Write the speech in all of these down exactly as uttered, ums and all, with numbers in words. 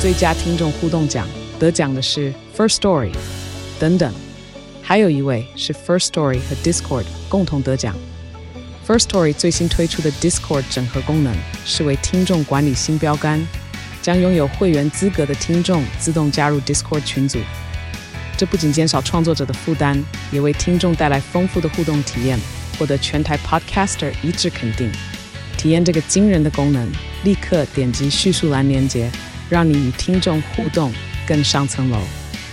最佳听众互动奖，得奖的是 First Story 等等，还有一位是 First Story 和 Discord 共同得奖。First Story 最新推出的 Discord 整合功能是为听众管理新标杆，将拥有会员资格的听众自动加入 Discord 群组。这不仅减少创作者的负担，也为听众带来丰富的互动体验，获得全台 Podcaster 一致肯定。体验这个惊人的功能，立刻点击叙述栏连结，让你与听众互动更上层楼。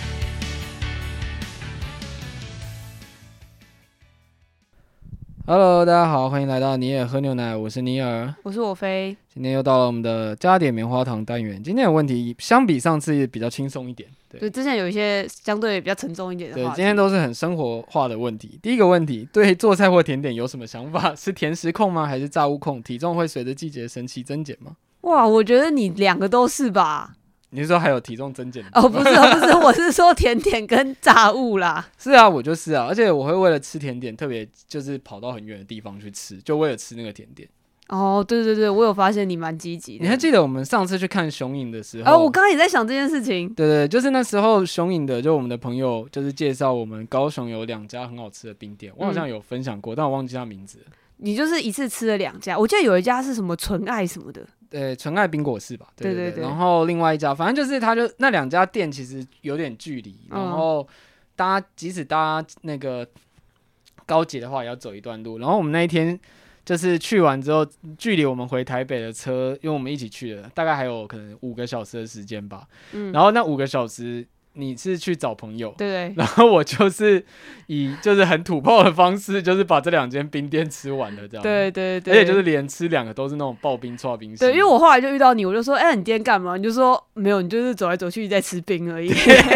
Hello， 大家好，欢迎来到尼尔喝牛奶，我是尼尔， 我是我飞。 今天又到了我们的加点棉花糖单元。今天的问题相比上次比较轻松一点，对， 对，之前有一些相对比较沉重一点的话题。 对，今天都是很生活化的问题。第一个问题，对做菜或甜点有什么想法？是甜食控吗？还是炸物控？体重会随着季节神奇增减吗？ 哇，我觉得你两个都是吧。 你是说还有体重增减的？ 哦，不是，不是，我是说甜点跟炸物啦。 是啊，我就是啊，而且我会为了吃甜点，特别就是跑到很远的地方去吃，就为了吃那个甜点。 哦，对对对，我有发现你蛮积极的。 你还记得我们上次去看雄影的时候？ 哦，我刚刚也在想这件事情。 对对，就是那时候雄影的，就我们的朋友就是介绍我们高雄有两家很好吃的冰店，我好像有分享过，嗯、但我忘记他名字了。 你就是一次吃了两家，我记得有一家是什么纯爱什么的。 对，纯爱冰果室吧，对 对, 对, 对对对。 然后另外一家，反正就是他就那两家店其实有点距离， 嗯、 然后大家即使大家那个高捷的话，也要走一段路。然后我们那一天就是去完之后，距离我们回台北的车，因为我们一起去的，大概还有可能五个小时的时间吧。嗯。然后那五个小时。你是去找朋友， 对对， 然后我就是以就是很土炮的方式，就是把这两间冰店吃完了，这样， 对对对， 而且就是连吃两个都是那种刨冰剉冰。 对，因为我后来就遇到你，我就说，哎、欸，你今天干嘛？你就说没有，你就是走来走去在吃冰而已。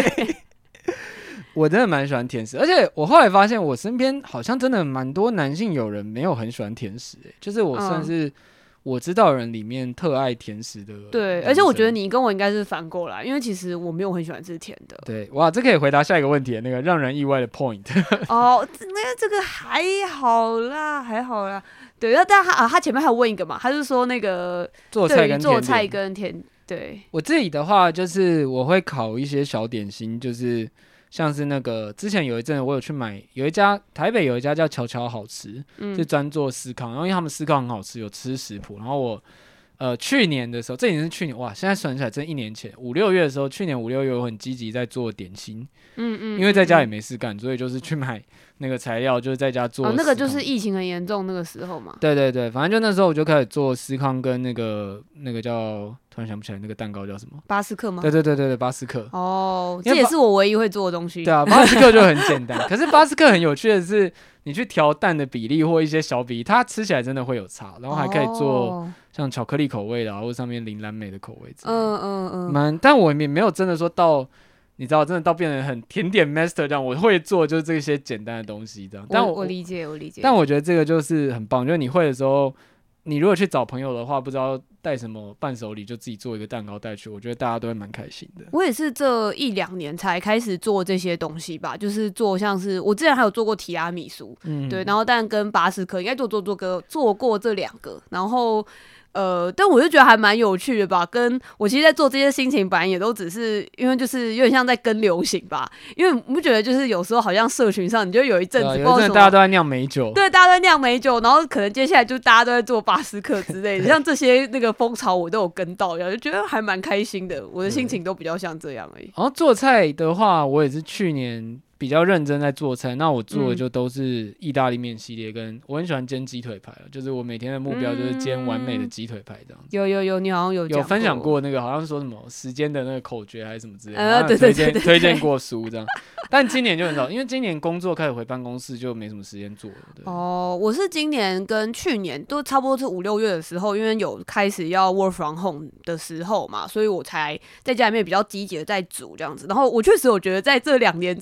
我真的蛮喜欢甜食，而且我后来发现，我身边好像真的蛮多男性友人没有很喜欢甜食、欸，就是我算是。嗯我知道人里面特爱甜食的， 对，而且我觉得你跟我应该是反过来，因为其实我没有很喜欢吃甜的。 对，哇，这可以回答下一个问题，那个让人意外的 point。 哦，那这个还好啦，还好啦。对，但他啊，他前面还有问一个嘛，他是说那个做菜跟做菜跟甜，对。 我自己的话就是我会烤一些小点心，就是像是那个之前有一阵我有去买，有一家台北有一家叫巧巧好吃，嗯、是专做司康，然后因为他们司康很好吃，有吃食谱。然后我呃去年的时候，这已经是去年哇，现在算起来真一年前，五六月的时候，去年五六月我很积极在做点心，嗯嗯，因为在家也没事干，所以就是去买那个材料，就是在家做。 哦，那个就是疫情很严重那个时候嘛。 对对对，反正就那时候我就开始做司康跟那个那个叫。突然想不起来那个蛋糕叫什么？ 巴斯克吗？ 对对对对对，巴斯克。 哦，这也是我唯一会做的东西。 对啊，巴斯克就很简单。可是巴斯克很有趣的是，你去调蛋的比例或一些小比例，它吃起来真的会有差，然后还可以做像巧克力口味的、啊，或者上面林蓝莓的口味之类的。嗯嗯嗯。蛮，但我也没有真的说到，你知道，真的到变成很甜点 master 这样，我会做就是这些简单的东西这样。但我我理解，我理解。 但我觉得这个就是很棒，就是你会的时候。你如果去找朋友的话，不知道带什么伴手礼，就自己做一个蛋糕带去，我觉得大家都会蛮开心的。 我也是这一两年才开始做这些东西吧，就是做像是我之前还有做过提拉米苏，嗯，对，然后但跟巴斯克应该做做做个做过这两个，然后。呃，但我就觉得还蛮有趣的吧。跟我其实，在做这些心情，本来也都只是因为就是有点像在跟流行吧。因为你不觉得就是有时候好像社群上，你就有一阵子， 有一阵大家都在酿美酒， 对，大家都在酿美酒，然后可能接下来就大家都在做巴斯克之类的，像这些那个风潮我都有跟到，就觉得还蛮开心的。我的心情都比较像这样而已。 然后做菜的话，我也是去年。比较认真在做菜，那我做的就都是意大利面系列，跟我很喜欢煎鸡腿排，就是我每天的目标就是煎完美的鸡腿排这样子。 有有有，你好像有有分享过那个，好像说什么时间的那个口诀还是什么之类的， 呃，对对对对， 推荐过书这样。但今年就很少，因为今年工作开始回办公室，就没什么时间做了。对哦，我是今年跟去年都差不多是五六月的时候，因为有开始要 work from home 的时候嘛，所以我才在家里面比较积极的在煮这样子。然后我确实我觉得在这两年之间，我的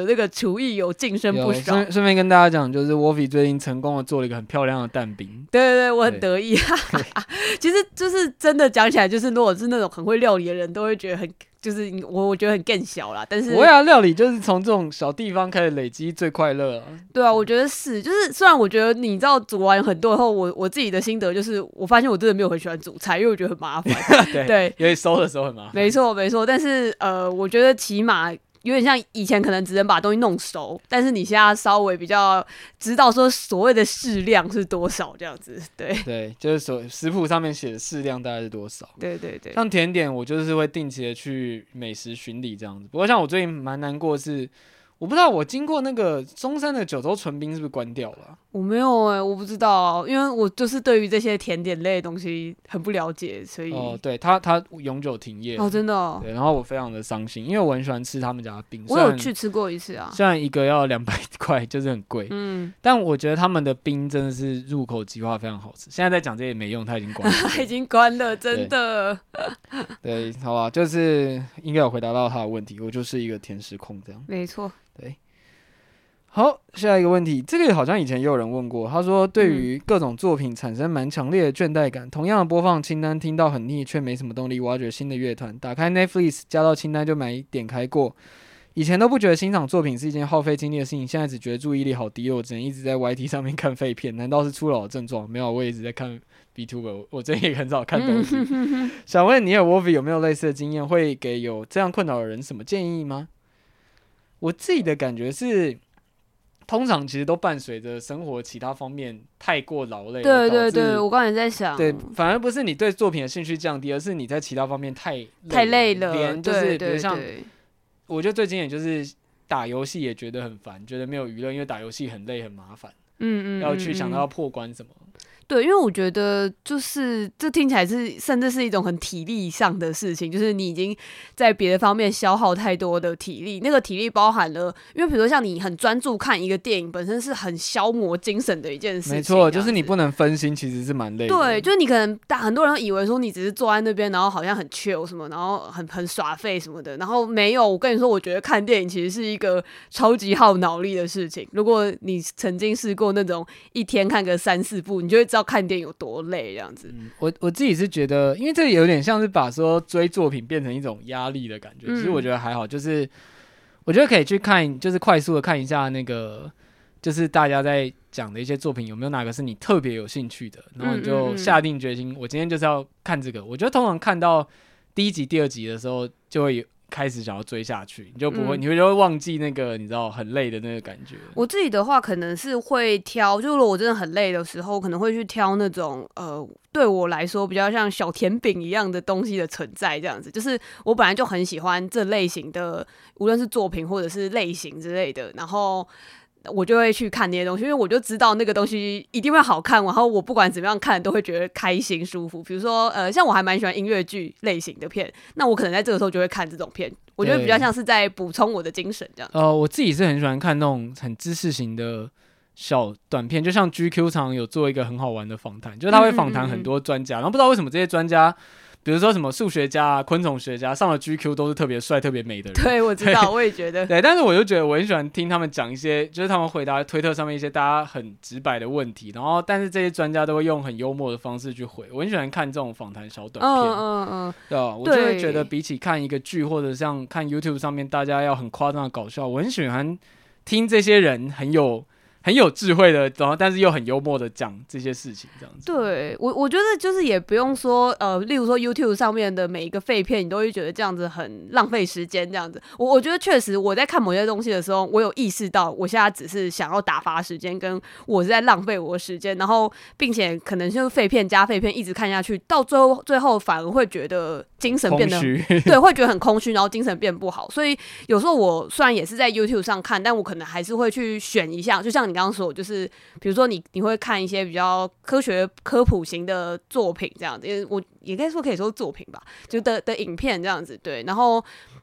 的那个厨艺有晋升不少。 顺顺便跟大家讲，就是 Wolfie 最近成功的做了一个很漂亮的蛋饼。 对对对，我很得意。其实就是真的讲起来，就是如果是那种很会料理的人，都会觉得很。就是我我觉得很更小啦，但是我要料理就是从这种小地方开始累积最快乐啊。 对啊，我觉得是，就是虽然我觉得你知道煮完很多以后，我我自己的心得就是，我发现我真的没有很喜欢煮菜，因为我觉得很麻烦。 对对， 因为收的时候很麻烦。 没错没错，但是呃，我觉得起码。有点像以前可能只能把东西弄熟，但是你现在稍微比较知道说所谓的适量是多少这样子，对对，就是所食谱上面写的适量大概是多少。 对对对， 像甜点我就是会定期的去美食巡礼这样子。不过像我最近蛮难过的是，我不知道我经过那个中山的九州纯冰是不是关掉了、啊？ 我没有哎、欸，我不知道，因为我就是对于这些甜点类的东西很不了解，所以哦，对，他他永久停业哦，真的、哦， 对，然后我非常的伤心，因为我很喜欢吃他们家的冰， 我有去吃过一次啊， 虽然一个要两百块，就是很贵，嗯，但我觉得他们的冰真的是入口即化，非常好吃。现在在讲这些也没用，它已经关了， 它已经关了，真的。 对，对好吧，就是应该有回答到他的问题，我就是一个甜食控这样， 没错， 对。好，下一个问题，这个好像以前也有人问过。他说，对于各种作品产生蛮强烈的倦怠感，同样的播放清单听到很腻，却没什么动力挖掘新的乐团。打开 Netflix 加到清单就没点开过。以前都不觉得欣赏作品是一件耗费精力的事情，现在只觉得注意力好低落，只能一直在 Y T 上面看废片。难道是初老的症状？没有，我也一直在看 VTuber， 我最近也很少看东西。想问你和 Wolfie 有没有类似的经验？会给有这样困扰的人什么建议吗？我自己的感觉是。通常其实都伴随着生活其他方面太过劳累， 对对对，我刚才在想， 对，反而不是你对作品的兴趣降低，而是你在其他方面太累太累了， 连就是比如像， 对对对， 我觉得最经典就是打游戏也觉得很烦，觉得没有娱乐，因为打游戏很累很麻烦，嗯嗯，要去想到要破关什么。 对，因为我觉得就是这听起来是甚至是一种很体力上的事情，就是你已经在别的方面消耗太多的体力，那个体力包含了，因为比如说像你很专注看一个电影，本身是很消磨精神的一件事情。 没错，就是你不能分心，其实是蛮累的。 对，就是你可能大很多人以为说你只是坐在那边，然后好像很 chill 什么，然后很很耍废什么的，然后没有。我跟你说，我觉得看电影其实是一个超级耗脑力的事情。如果你曾经试过那种一天看个三四部，你就会知道看电影有多累这样子。 嗯、我我自己是觉得，因为这有点像是把说追作品变成一种压力的感觉。其实我觉得还好，就是我觉得可以去看，就是快速的看一下那个，就是大家在讲的一些作品有没有哪个是你特别有兴趣的，然后你就下定决心，我今天就是要看这个。我觉得通常看到第一集、第二集的时候，就会有。开始想要追下去，你就不会，嗯、你会就会忘记那个你知道很累的那个感觉。 我自己的话，可能是会挑，就如果我真的很累的时候，可能会去挑那种呃，对我来说比较像小甜饼一样的东西的存在，这样子。就是我本来就很喜欢这类型的，无论是作品或者是类型之类的，然后。我就会去看那些东西，因为我就知道那个东西一定会好看，然后我不管怎么样看都会觉得开心舒服。比如说，呃，像我还蛮喜欢音乐剧类型的片，那我可能在这个时候就会看这种片，我觉得比较像是在补充我的精神这样。 呃，我自己是很喜欢看那种很知识型的小短片，就像 G Q 常有做一个很好玩的访谈，就是他会访谈很多专家，嗯嗯嗯然后不知道为什么这些专家。比如说什么数学家、啊、昆虫学家上了 G Q 都是特别帅、特别美的人。 对，我知道，我也觉得。 对，但是我就觉得我很喜欢听他们讲一些，就是他们回答推特上面一些大家很直白的问题，然后但是这些专家都会用很幽默的方式去回。我很喜欢看这种访谈小短片，嗯嗯嗯，对吧？我就会觉得比起看一个剧或者像看 YouTube 上面大家要很夸张的搞笑，我很喜欢听这些人很有。很有智慧的，然后但是又很幽默的讲这些事情，这样子。 对我，我觉得就是也不用说，呃，例如说 YouTube 上面的每一个废片，你都会觉得这样子很浪费时间，这样子。我我觉得确实，我在看某些东西的时候，我有意识到，我现在只是想要打发时间，跟我是在浪费我的时间，然后并且可能就是废片加废片一直看下去，到最后最后反而会觉得精神变得对，会觉得很空虚，然后精神变不好。所以有时候我虽然也是在 YouTube 上看，但我可能还是会去选一项，就像你刚刚说，就是比如说你你会看一些比较科学科普型的作品这样子，我也可以说可以说作品吧，就的的影片这样子，对。然后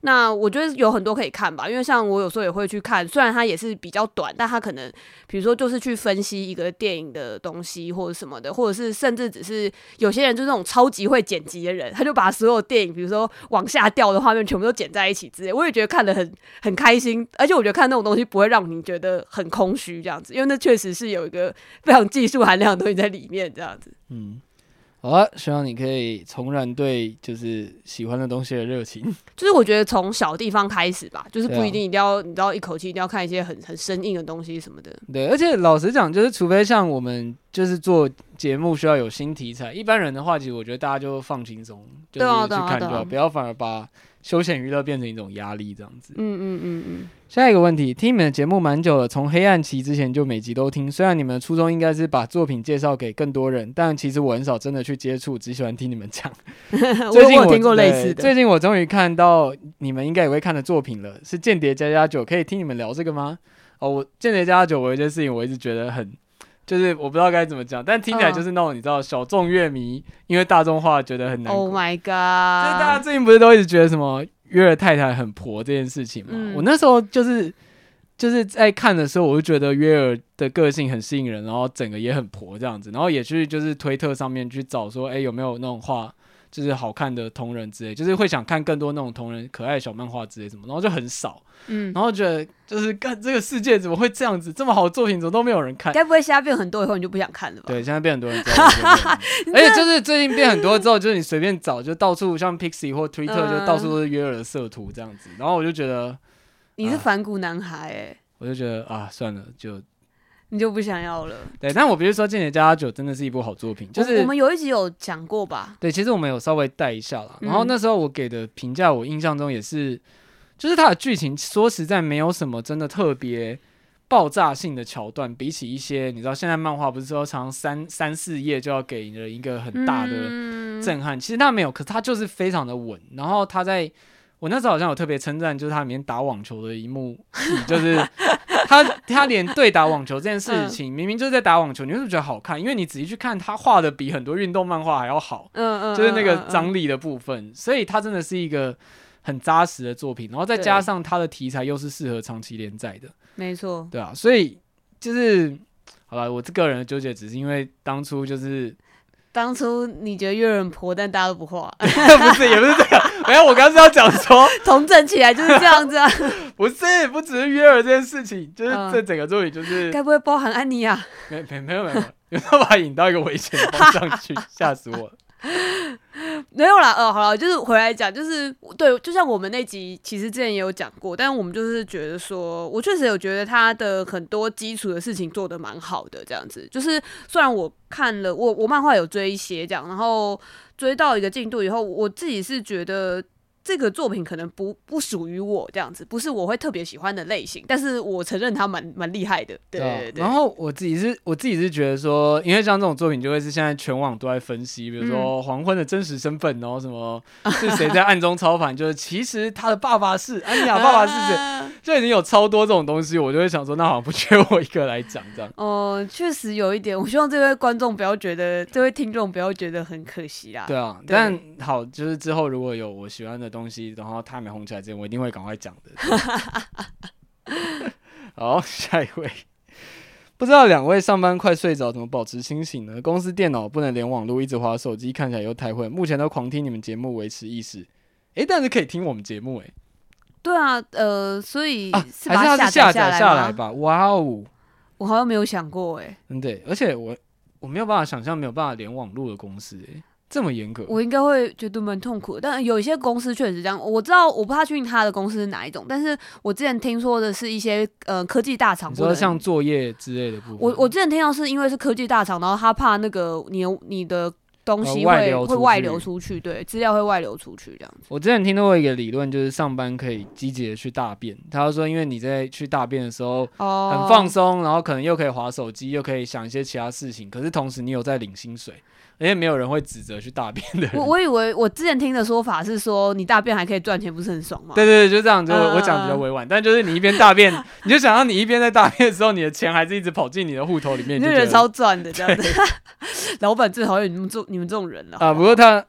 那我觉得有很多可以看吧，因为像我有时候也会去看，虽然它也是比较短，但它可能比如说就是去分析一个电影的东西或者什么的，或者是甚至只是有些人就是那种超级会剪辑的人，他就把所有电影比如说往下掉的画面全部都剪在一起之类，我也觉得看得很很开心，而且我觉得看那种东西不会让你觉得很空虚这样子，因为那确实是有一个非常技术含量的东西在里面这样子。嗯。 好啊，希望你可以重燃对就是喜欢的东西的热情。 就是我觉得从小地方开始吧，就是不一定一定要、啊、你知道一口气一定要看一些很很生硬的东西什么的。 对，而且老实讲，就是除非像我们就是做节目需要有新题材，一般人的话，其实我觉得大家就放轻松，就是去看就好，啊啊啊、不要反而把休闲娱乐变成一种压力这样子。嗯嗯嗯嗯。下一个问题，听你们的节目蛮久了，从黑暗期之前就每集都听。虽然你们的初衷应该是把作品介绍给更多人，但其实我很少真的去接触，只喜欢听你们讲。最近 我, 我有听过类似的。最近我终于看到你们应该也会看的作品了，是《间谍加加九》，可以听你们聊这个吗？哦，我《间谍加加九》我有一件事情我一直觉得很，就是我不知道该怎么讲，但听起来就是那种、uh. 你知道小众乐迷因为大众化觉得很难过。 Oh my god， 就是大家最近不是都一直觉得什么约尔太太很婆这件事情嘛、嗯、我那时候就是就是在看的时候我就觉得约尔的个性很吸引人，然后整个也很婆这样子，然后也去就是推特上面去找说哎、欸、有没有那种画就是好看的同人之类，就是会想看更多那种同人可爱的小漫画之类什么，然后就很少，嗯，然后觉得就是看这个世界怎么会这样子，这么好的作品怎么都没有人看？ 该不会现在变很多以后你就不想看了吧？ 对，现在变很多人知道，而且就是最近变很多之后，就是你随便找就到处像 Pixie 或 Twitter 就到处都是约尔的色图这样子，然后我就觉得你是反骨男孩哎、欸， 我就觉得啊算了就。 你就不想要了。 对，但我必须说《间谍加加九》真的是一部好作品，就是我, 我们有一集有讲过吧？ 对，其实我们有稍微带一下啦、嗯、然后那时候我给的评价我印象中也是就是它的剧情说实在没有什么真的特别爆炸性的桥段，比起一些你知道现在漫画不是说常三三四页就要给人一个很大的震撼、嗯、其实它没有，可是它就是非常的稳，然后它在我那时候好像有特别称赞，就是它里面打网球的一幕戏，就是他他连对打网球这件事情，明明就是在打网球，你会觉得好看，因为你仔细去看，他画的比很多运动漫画还要好，嗯嗯，就是那个张力的部分，所以他真的是一个很扎实的作品，然后再加上他的题材又是适合长期连载的，没错，对啊，所以就是好了，我个人的纠结只是因为当初就是。 当初你觉得约人婆，但大家都不画， 不是，也不是这个。没有，我刚刚是要讲说， 同整起来就是这样子啊。 不是，不只是约尔这件事情，就是这整个作品就是。 该、嗯、不会包含安妮啊？ 没没没有没有，有没有把它引到一个危险的方向去，吓死我了。 没有啦，呃，好了，就是回来讲，就是对，就像我们那集其实之前也有讲过，但是我们就是觉得说，我确实有觉得他的很多基础的事情做得蛮好的，这样子，就是虽然我看了，我我漫画有追一些这样，然后追到一个进度以后，我自己是觉得。这个作品可能不不属于我这样子，不是我会特别喜欢的类型，但是我承认它蛮蛮厉害的，对对 对, 对。 然后我自己是我自己是觉得说，因为像这种作品就会是现在全网都在分析，比如说黄昏的真实身份，然后什么是谁在暗中操盘，就是其实他的爸爸是安妮亚，爸爸是谁，就已经有超多这种东西，我就会想说，那好像不缺我一个来讲这样。 哦、呃，确实有一点，我希望这位观众不要觉得，这位听众不要觉得很可惜啦。 对啊，对但好，就是之后如果有我喜欢的东西，然后他还没红起来之前，我一定会赶快讲的。好，下一位，不知道两位上班快睡着，怎么保持清醒呢？公司电脑不能连网络，一直滑手机，看起来又太混。目前都狂听你们节目维持意识，哎，但是可以听我们节目哎。 对啊，呃，所以是把它下载下来吧？哇哦， 我好像没有想过哎。 嗯，对，而且我我没有办法想象没有办法连网络的公司哎。这么严格， 我应该会觉得蛮痛苦的。但有一些公司确实是这样，我知道，我不太确定他的公司是哪一种，但是我之前听说的是一些呃科技大厂， 你说像作业之类的部分。 我我之前听到是因为是科技大厂，然后他怕那个你你的东西会、呃、会外流出去，对，资料会外流出去这样子。 我之前听到过一个理论，就是上班可以积极的去大便。他说，因为你在去大便的时候很放松、哦，然后可能又可以滑手机，又可以想一些其他事情，可是同时你有在领薪水。而且没有人会指责去大便的人。 我我以为我之前听的说法是说，你大便还可以赚钱，不是很爽吗？ 对对对，就这样。就我讲比较委婉，嗯、但就是你一边大便，你就想到你一边在大便的时候，你的钱还是一直跑进你的户头里面， 你就觉得超赚的这样子。老板最讨厌你们这你们这种人了。 啊，不过他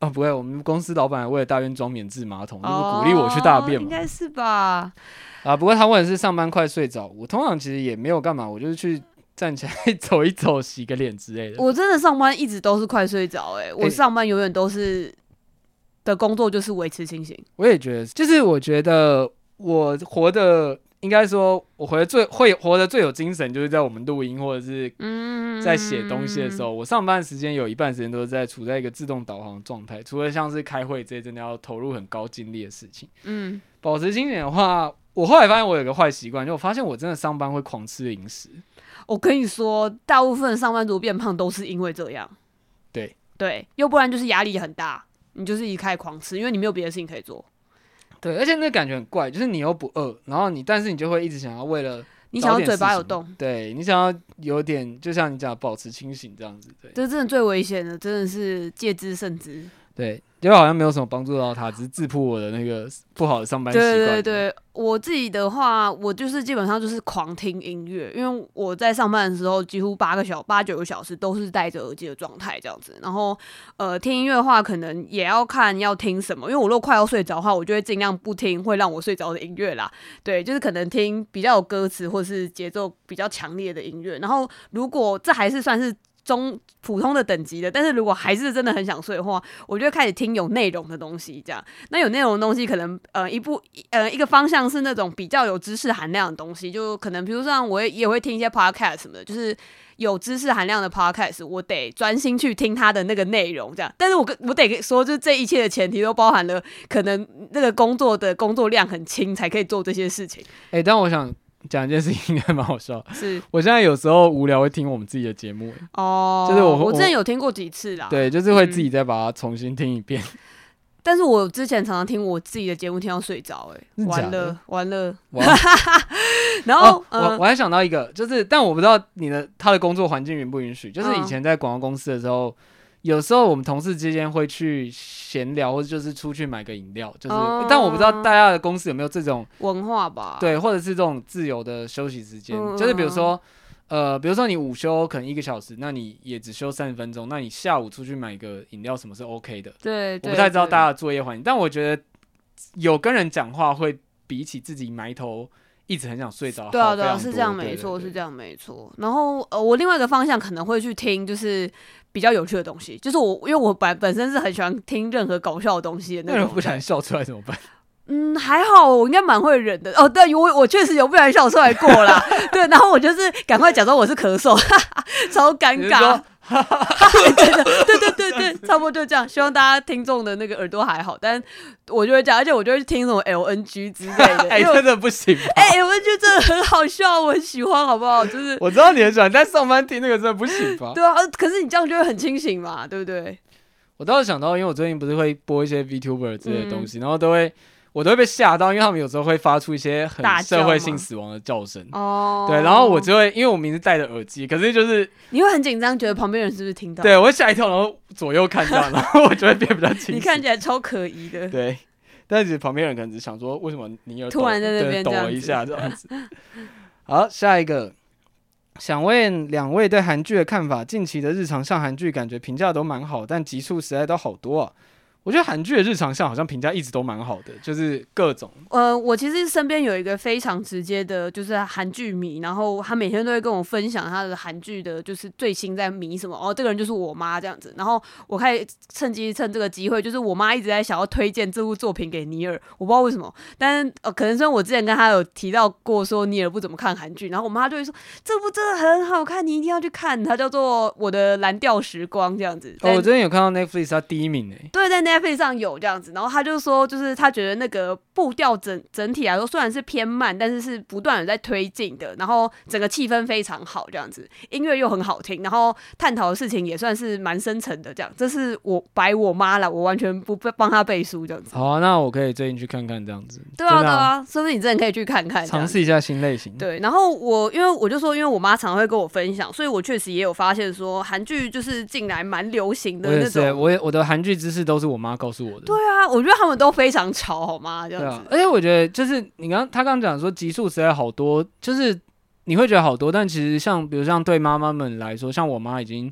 哦，不会，我们公司老板还为了大便装免治马桶，就是鼓励我去大便嘛。 应该是吧？ 啊，不过他问的是上班快睡着，我通常其实也没有干嘛，我就是去站起来走一走、洗个脸之类的。 我真的上班一直都是快睡着，哎，我上班永远都是的工作就是维持清醒。 我也觉得，就是我觉得我活的。应该说，我活得最会活得最有精神，就是在我们录音或者是在写东西的时候。我上班时间有一半时间都是在处在一个自动导航的状态，除了像是开会这些真的要投入很高精力的事情。嗯，保持清醒的话，我后来发现我有个坏习惯，就我发现我真的上班会狂吃零食。 我跟你说，大部分上班族变胖都是因为这样。 对对，要不然就是压力很大，你就是一开始狂吃，因为你没有别的事情可以做。 对，而且那感觉很怪，就是你又不饿，然后你但是你就会一直想要为了你想要嘴巴有动， 对你想要有点，就像你讲保持清醒这样子。对， 这真的最危险的，真的是戒之慎之。 对，就好像没有什么帮助到他，只是自曝我的那个不好的上班习惯。 对对对，我自己的话，我就是基本上就是狂听音乐，因为我在上班的时候几乎八个小八九个小时都是戴着耳机的状态这样子。然后呃，听音乐的话，可能也要看要听什么，因为我如果快要睡着的话，我就会尽量不听会让我睡着的音乐啦。对，就是可能听比较有歌词或是节奏比较强烈的音乐。然后如果这还是算是中普通的等级的，但是如果还是真的很想睡的话，我就会开始听有内容的东西。这样，那有内容的东西可能呃一部呃一个方向是那种比较有知识含量的东西，就可能比如说我也也会听一些 podcast 什么的，就是有知识含量的 podcast， 我得专心去听它的那个内容。这样，但是我我得说，就这一切的前提都包含了可能那个工作的工作量很轻才可以做这些事情。 哎、欸，但我想讲一件事情应该蛮好笑， 是我现在有时候无聊会听我们自己的节目哦， 就是我我之前有听过几次啦， 对，就是会自己再把它重新听一遍。嗯、 但是我之前常常听我自己的节目听到睡着，哎，完了完了，然后、 哦呃、我我还想到一个，就是但我不知道你的他的工作环境允不允许，就是以前在广告公司的时候。嗯，有时候我们同事之间会去闲聊，或者就是出去买个饮料，就是、哦，但我不知道大家的公司有没有这种文化吧？ 对，或者是这种自由的休息时间，嗯，就是比如说，呃，比如说你午休可能一个小时，那你也只休三十分钟，那你下午出去买个饮料什么是 OK 的？ 对， 我不太知道大家的作业环境，但我觉得有跟人讲话会比起自己埋头一直很想睡着， 对啊对啊，是这样没错，是这样没错。然后呃，我另外一个方向可能会去听，就是比较有趣的东西，就是我因为我本本身是很喜欢听任何搞笑的东西的那种。 那人不想笑出来怎么办？ 嗯，还好，我应该蛮会忍的。哦，对，我我确实有不然笑出来过啦。对，然后我就是赶快假装我是咳嗽，哈哈，超尴尬。对对对对对，差不多就这样。希望大家听众的那个耳朵还好，但我就会讲，而且我就会听什么 L N G 之类的。 哎、欸，真的不行。 哎、欸、，L N G 真的很好笑，我很喜欢，好不好？就是我知道你很喜欢，但上班听那个真的不行吧？ 对啊，可是你这样就会很清醒嘛，对不对？ 我倒是想到，因为我最近不是会播一些 VTuber 之类的东西，嗯、然后都会。我都会被吓到，因为他们有时候会发出一些很社会性死亡的叫声。哦，对，然后我就会，因为我明明是戴着耳机，可是就是你会很紧张，觉得旁边人是不是听到？ 对，我会吓一跳，然后左右看到，然后我就会变比较清醒。 你看起来超可疑的。 对，但是其实旁边人可能只想说，为什么你有突然在那边抖了一下这样子？好，下一个，想问两位对韩剧的看法。近期的日常向韩剧感觉评价都蛮好，但集数实在都好多啊。我觉得韩剧的日常向好像评价一直都蛮好的，就是各种。 呃，我其实身边有一个非常直接的，就是韩剧迷，然后他每天都会跟我分享他的韩剧的，就是最新在迷什么。哦，这个人就是我妈这样子。然后我开始趁机趁这个机会，就是我妈一直在想要推荐这部作品给尼尔，我不知道为什么，但是呃，可能是我之前跟他有提到过说尼尔不怎么看韩剧，然后我妈就会说这部真的很好看，你一定要去看，它叫做《我的蓝调时光》这样子。 哦，我之前有看到 Netflix 它第一名诶。 对，在 Netflix 上有这样子，然后他就说，就是他觉得那个步调整整体来说虽然是偏慢，但是是不断的在推进的，然后整个气氛非常好，这样子，音乐又很好听，然后探讨的事情也算是蛮深层的，这样，这是我白我妈啦，我完全不帮他背书这样子。 好啊，那我可以最近去看看这样子。 对啊，对啊，说不定你真的可以去看看， 尝试一下新类型。 对，然后我因为我就说，因为我妈常常会跟我分享，所以我确实也有发现说，韩剧就是近来蛮流行的那种。 我也是，我也我的韩剧知识都是我妈告诉我的。 对啊，我觉得他们都非常潮，好吗？这样子。 对啊，而且我觉得就是你刚他刚讲说集数实在好多，就是你会觉得好多，但其实像比如像对妈妈们来说，像我妈已经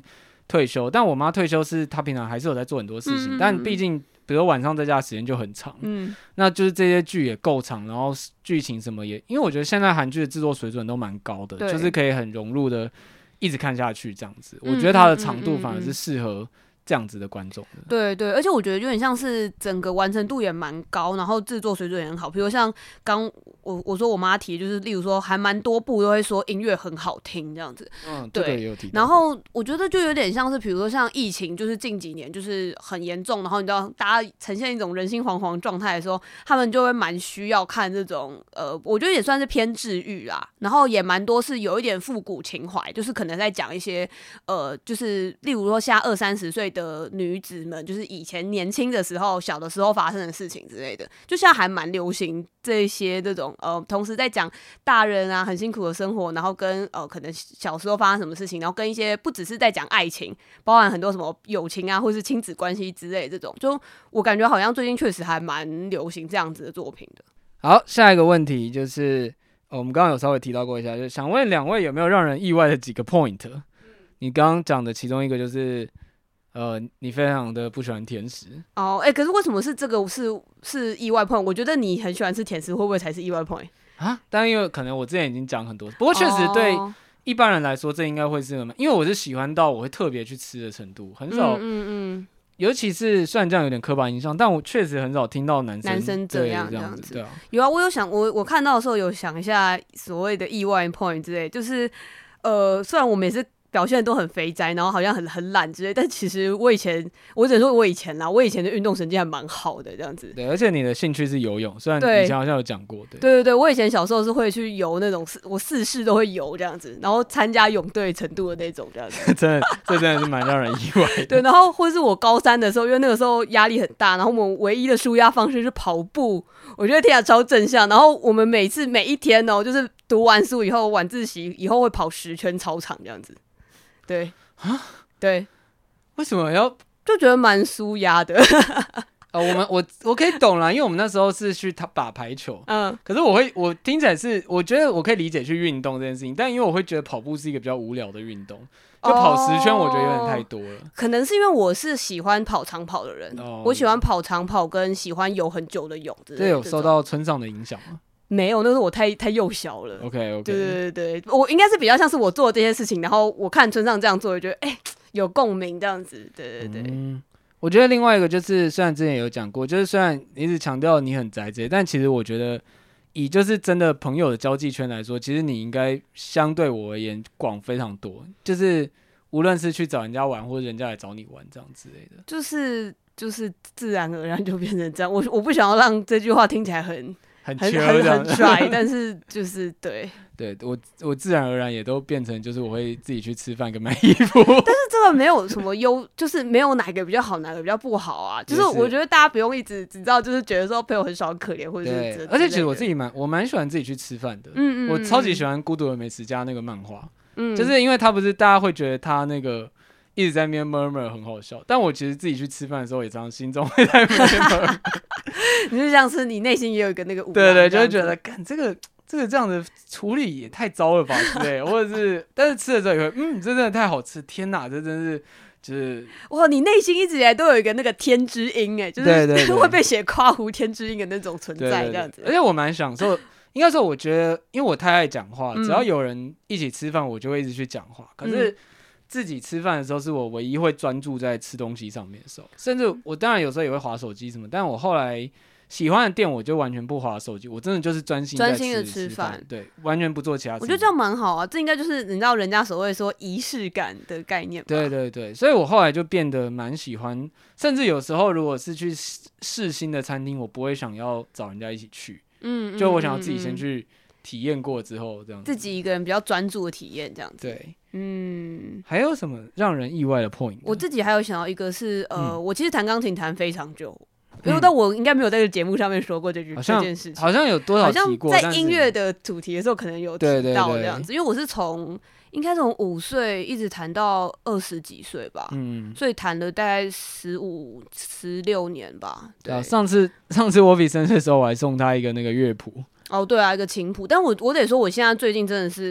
退休，但我妈退休是她平常还是有在做很多事情，嗯、但毕竟比如晚上在家的时间就很长，嗯，那就是这些剧也够长，然后剧情什么也，因为我觉得现在韩剧的制作水准都蛮高的，就是可以很融入的一直看下去这样子。我觉得它的长度反而是适合这样子的观众的。 对对，而且我觉得有点像是整个完成度也蛮高，然后制作水准也很好。比如像刚我我说我妈提，就是例如说还蛮多部都会说音乐很好听这样子。 嗯， 对， 这个也有提到。 然后我觉得就有点像是，比如说像疫情，就是近几年就是很严重，然后你知道大家呈现一种人心惶惶状态的时候，他们就会蛮需要看这种呃，我觉得也算是偏治愈啦。然后也蛮多是有一点复古情怀，就是可能在讲一些呃，就是例如说现在二三十岁的女子们，就是以前年轻的时候、小的时候发生的事情之类的，就现在还蛮流行这些这种呃，同时在讲大人啊很辛苦的生活，然后跟呃可能小时候发生什么事情，然后跟一些不只是在讲爱情，包含很多什么友情啊，或是亲子关系之类的这种，就我感觉好像最近确实还蛮流行这样子的作品的。 好，下一个问题就是、哦、我们刚刚有稍微提到过一下，就是想问两位有没有让人意外的几个 point？、嗯、你刚刚讲的其中一个就是。呃，你非常的不喜欢甜食哦，哎、欸，可是为什么是这个是是意外 point？ 我觉得你很喜欢吃甜食，会不会才是意外 point 啊？但因为可能我之前已经讲很多，不过确实对一般人来说，这应该会是个，因为我是喜欢到我会特别去吃的程度，很少，嗯嗯嗯，尤其是虽然这样有点刻板印象，但我确实很少听到男生男生这样这样子，对啊， 有啊，我有想，我我看到的时候有想一下所谓的意外 point 之类，就是呃，虽然我们也是。表现都很肥宅，然后好像很很懒之类，但其实我以前，我只能说我以前啦，我以前的运动神经还蛮好的，这样子。 对，而且你的兴趣是游泳，虽然以前好像有讲过，对。 对对对，我以前小时候是会去游那种，我四式都会游这样子，然后参加泳队程度的那种这样子。 真的，这真的是蛮让人意外的。 对，然后或是我高三的时候，因为那个时候压力很大，然后我们唯一的抒压方式是跑步，我觉得听起来超正向。然后我们每次每一天哦，就是读完书以后，晚自习以后会跑十圈操场这样子。对。啊，对， 为什么要就觉得蛮舒压的？ 呃，我们我我可以懂啦，因为我们那时候是去打排球，嗯，可是我会我听起来是，我觉得我可以理解去运动这件事情，但因为我会觉得跑步是一个比较无聊的运动，就跑十圈，我觉得有点太多了。哦、 可能是因为我是喜欢跑长跑的人，哦、我喜欢跑长跑，跟喜欢游很久的泳之类的。 这有受到村上的影响吗？ 没有，那时候我太太幼小了。 OK OK， 对对对对，我应该是比较像是我做这些事情，然后我看村上这样做，我觉得哎、欸、有共鸣这样子。对对对。嗯， 我觉得另外一个就是，虽然之前有讲过，就是虽然你一直强调你很宅这些，但其实我觉得以就是真的朋友的交际圈来说，其实你应该相对我而言广非常多，就是无论是去找人家玩，或者人家来找你玩这样之类的， 就是就是自然而然就变成这样。我我不想要让这句话听起来很。 很很很很拽，但是就是对对，我我自然而然也都变成就是我会自己去吃饭跟买衣服，但是这个没有什么优，就是没有哪个比较好，哪个比较不好啊。就是我觉得大家不用一直只知道，就是觉得说朋友很少很可怜，或者是而且其实我自己蛮我蛮喜欢自己去吃饭的，嗯嗯，我超级喜欢《孤独的美食家》那个漫画，嗯，就是因为他不是大家会觉得他那个。一直在那边 murmur 很好笑，但我其实自己去吃饭的时候也常常心中会在那边 murmur 你就像是你内心也有一个那个对对，就会觉得干这个这个这样的处理也太糟了吧之类的，或者是但是吃的时候也会嗯这真的太好吃，天哪，这真是就是哇，你内心一直以来都有一个那个天之音哎，就是对对对会被写夸胡天之音的那种存在这样子。 对对对，而且我蛮享受，应该说我觉得因为我太爱讲话，只要有人一起吃饭，我就会一直去讲话，可是。嗯自己吃饭的时候是我唯一会专注在吃东西上面的时候，甚至我当然有时候也会滑手机什么，但我后来喜欢的店我就完全不滑手机，我真的就是专心在吃专心的吃饭， 对，完全不做其他事。 我觉得这样蛮好啊，这应该就是你知道人家所谓说仪式感的概念吧。 对对对，所以我后来就变得蛮喜欢，甚至有时候如果是去试新的餐厅，我不会想要找人家一起去，嗯，就我想要自己先去体验过之后，这样自己一个人比较专注的体验这样子。 对。嗯，还有什么让人意外的 point？ 我自己还有想到一个是，呃，嗯、我其实弹钢琴弹非常久，因为、嗯、但我应该没有在这个节目上面说过这句这件事情， 好像有多少提过， 好像在音乐的主题的时候可能有提到这样子，对对对，因为我是从应该从五岁一直弹到二十几岁吧，嗯，所以弹了大概十五十六年吧。对，啊、 上次上次我比生日的时候，我还送他一个那个乐谱。 哦，对啊，一个琴谱，但我我得说，我现在最近真的是。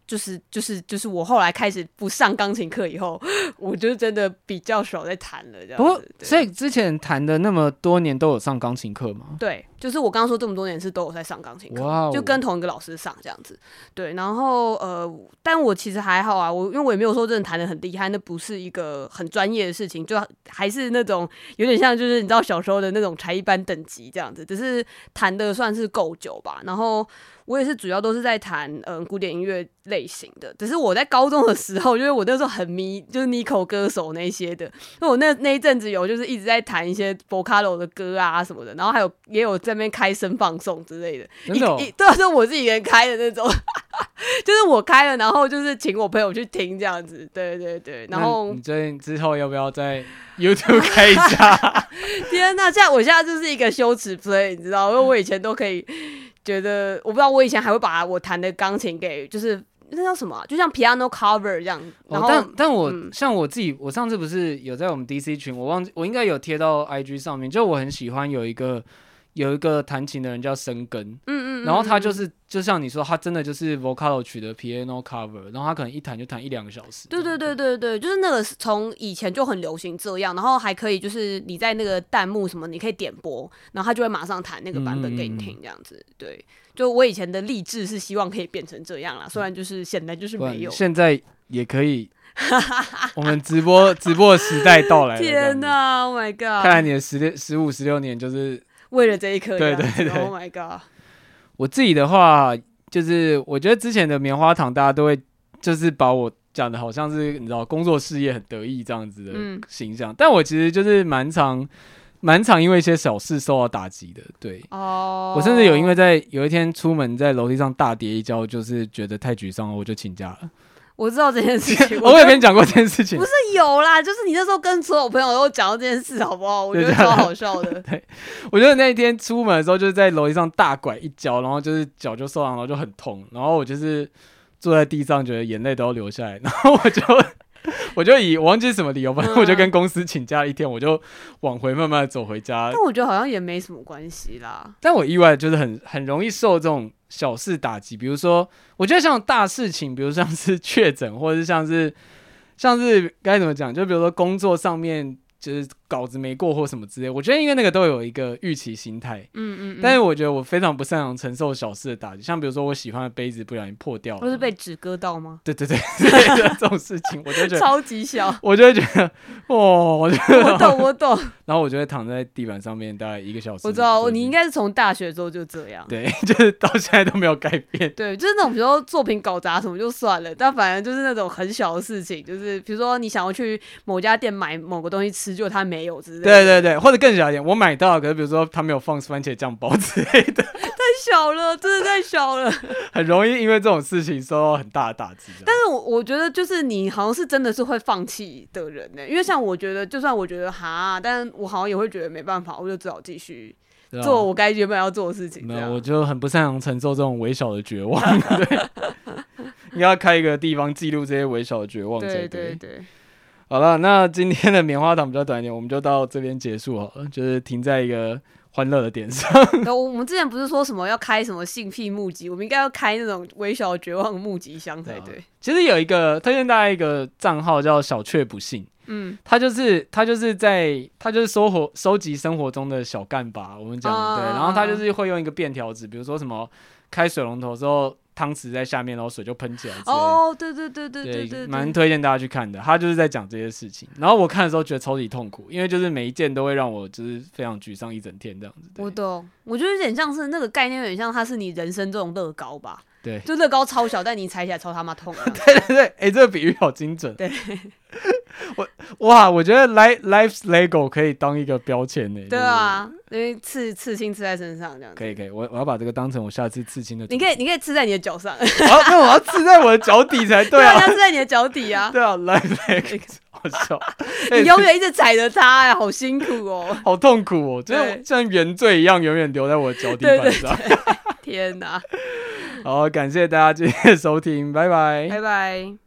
就是就是就是我后来开始不上钢琴课以后，我就真的比较少在弹了这样子。 不过，所以之前弹的那么多年都有上钢琴课吗？ 对，就是我刚刚说这么多年是都有在上钢琴课， Wow 就跟同一个老师上这样子。对，然后呃，但我其实还好啊，我因为我也没有说真的弹得很厉害，那不是一个很专业的事情，就还是那种有点像就是你知道小时候的那种才艺班等级这样子，只是弹的算是够久吧。然后我也是主要都是在弹嗯、呃、古典音乐类型的，只是我在高中的时候，因为我那时候很迷就是 Nico 歌手那些的，所以我那那一阵子有就是一直在弹一些 Vocalo 的歌啊什么的，然后还有也有在那边开声放送之类的， 真的、哦， 一对啊，是我自己一个人开的那种，就是我开了，然后就是请我朋友去听这样子，对对对，然后你最近之后要不要在 YouTube 开一下？ 天哪，这样我现在就是一个羞耻 play， 你知道，因为我以前都可以觉得，我不知道我以前还会把我弹的钢琴给就是那叫什么、啊，就像 piano cover 这样。然后， 哦、但但我、 嗯、 像我自己，我上次不是有在我们 D C 群，我忘记我应该有贴到 I G 上面，就我很喜欢有一个有一个弹琴的人叫深根，嗯嗯，然后他就是就像你说，他真的就是 Vocalo 曲的 piano cover， 然后他可能一弹就弹一两个小时。 对对对对对，就是那个从以前就很流行这样，然后还可以就是你在那个弹幕什么，你可以点播，然后他就会马上弹那个版本给你听，这样子。嗯、对，就我以前的励志是希望可以变成这样啦，虽然就是现在就是没有， 现在也可以。我们直播直播的时代到来了。 天哪 ！Oh my god！ 看来你的十六、十五、十六年就是为了这一颗。 对对对 ！Oh my god！ 我自己的话，就是我觉得之前的棉花糖，大家都会就是把我讲的好像是你知道工作事业很得意这样子的形象，嗯、但我其实就是蛮常蛮常因为一些小事受到打击的。对，哦，我甚至有因为在有一天出门在楼梯上大跌一跤，就是觉得太沮丧了，我就请假了。 我知道这件事情， 我有跟你讲过这件事情。 不是有啦，就是你那时候跟所有朋友都讲到这件事，好不好？我觉得超好笑的。 对，我觉得那一天出门的时候，就是在楼梯上大拐一跤，然后就是脚就受伤，然后就很痛，然后我就是坐在地上，觉得眼泪都要流下来，然后我就我就以我忘记什么理由，反正我就跟公司请假一天，我就往回慢慢的走回家。 但我觉得好像也没什么关系啦。 但我意外就是很很容易受这种小事打击，比如说，我觉得像大事情，比如像是确诊，或者是像是像是该怎么讲，就比如说工作上面就是稿子没过或什么之类，我觉得因为那个都有一个预期心态，嗯嗯嗯，但是我觉得我非常不擅长承受小事的打击，像比如说我喜欢的杯子不小心破掉了， 不是被纸割到吗？ 对对对，这种事情我就觉得超级小， 我就会觉得哦，我就我懂我懂， 然后我就会躺在地板上面大概一个小时。 我知道你应该是从大学之后就这样， 对，就是到现在都没有改变。 对，就是那种比如说作品搞砸什么就算了，但反正就是那种很小的事情，就是比如说你想要去某家店买某个东西吃，就它没有之类的。 对对对，或者更小一点，我买到，可是比如说他没有放番茄酱包之类的， 太小了，真的太小了， 很容易因为这种事情受到很大的打击。 但是我我觉得就是你好像是真的是会放弃的人呢、欸，因为像我觉得，就算我觉得哈，但我好像也会觉得没办法，我就只好继续做我该原本要做的事情。 没有，我就很不擅长承受这种微小的绝望。对，应该要开一个地方记录这些微小的绝望才对。 对对对。 好了，那今天的棉花糖比较短一点，我们就到这边结束好了，就是停在一个欢乐的点上。 我们之前不是说什么要开什么性癖募集，我们应该要开那种微小的绝望募集箱才对。 其实有一个推荐大家一个账号叫小确不幸，嗯，他就是他就是在他就是收活收集生活中的小干吧，我们讲的、啊、对，然后他就是会用一个便条纸，比如说什么开水龙头之后。汤匙在下面，然后水就喷起来之类的。 哦，对对对对对对， 蛮推荐大家去看的。他就是在讲这些事情，然后我看的时候觉得超级痛苦，因为就是每一件都会让我就是非常沮丧一整天这样子。 我懂，我觉得有点像是那个概念，有点像它是你人生这种乐高吧。 对， 就乐高超小，但你踩起来超他妈痛。 对对对，哎、欸，这个比喻好精准。 对， 我哇，我觉得 Life's Lego 可以当一个标签呢。 对啊，因为刺刺青刺在身上这样子。 可以可以，我我要把这个当成我下次刺青的。 你可以你可以刺在你的脚上。 好，那我要刺在我的脚底才对啊。 对啊，要刺在你的脚底啊。 对啊 ，Life's Lego 好笑。 你永远一直踩着它，哎，好辛苦哦。 好痛苦哦，就是像原罪一样，永远留在我的脚底板上。 对对对天哪！ 好，感谢大家今天的收听，拜拜， 拜拜。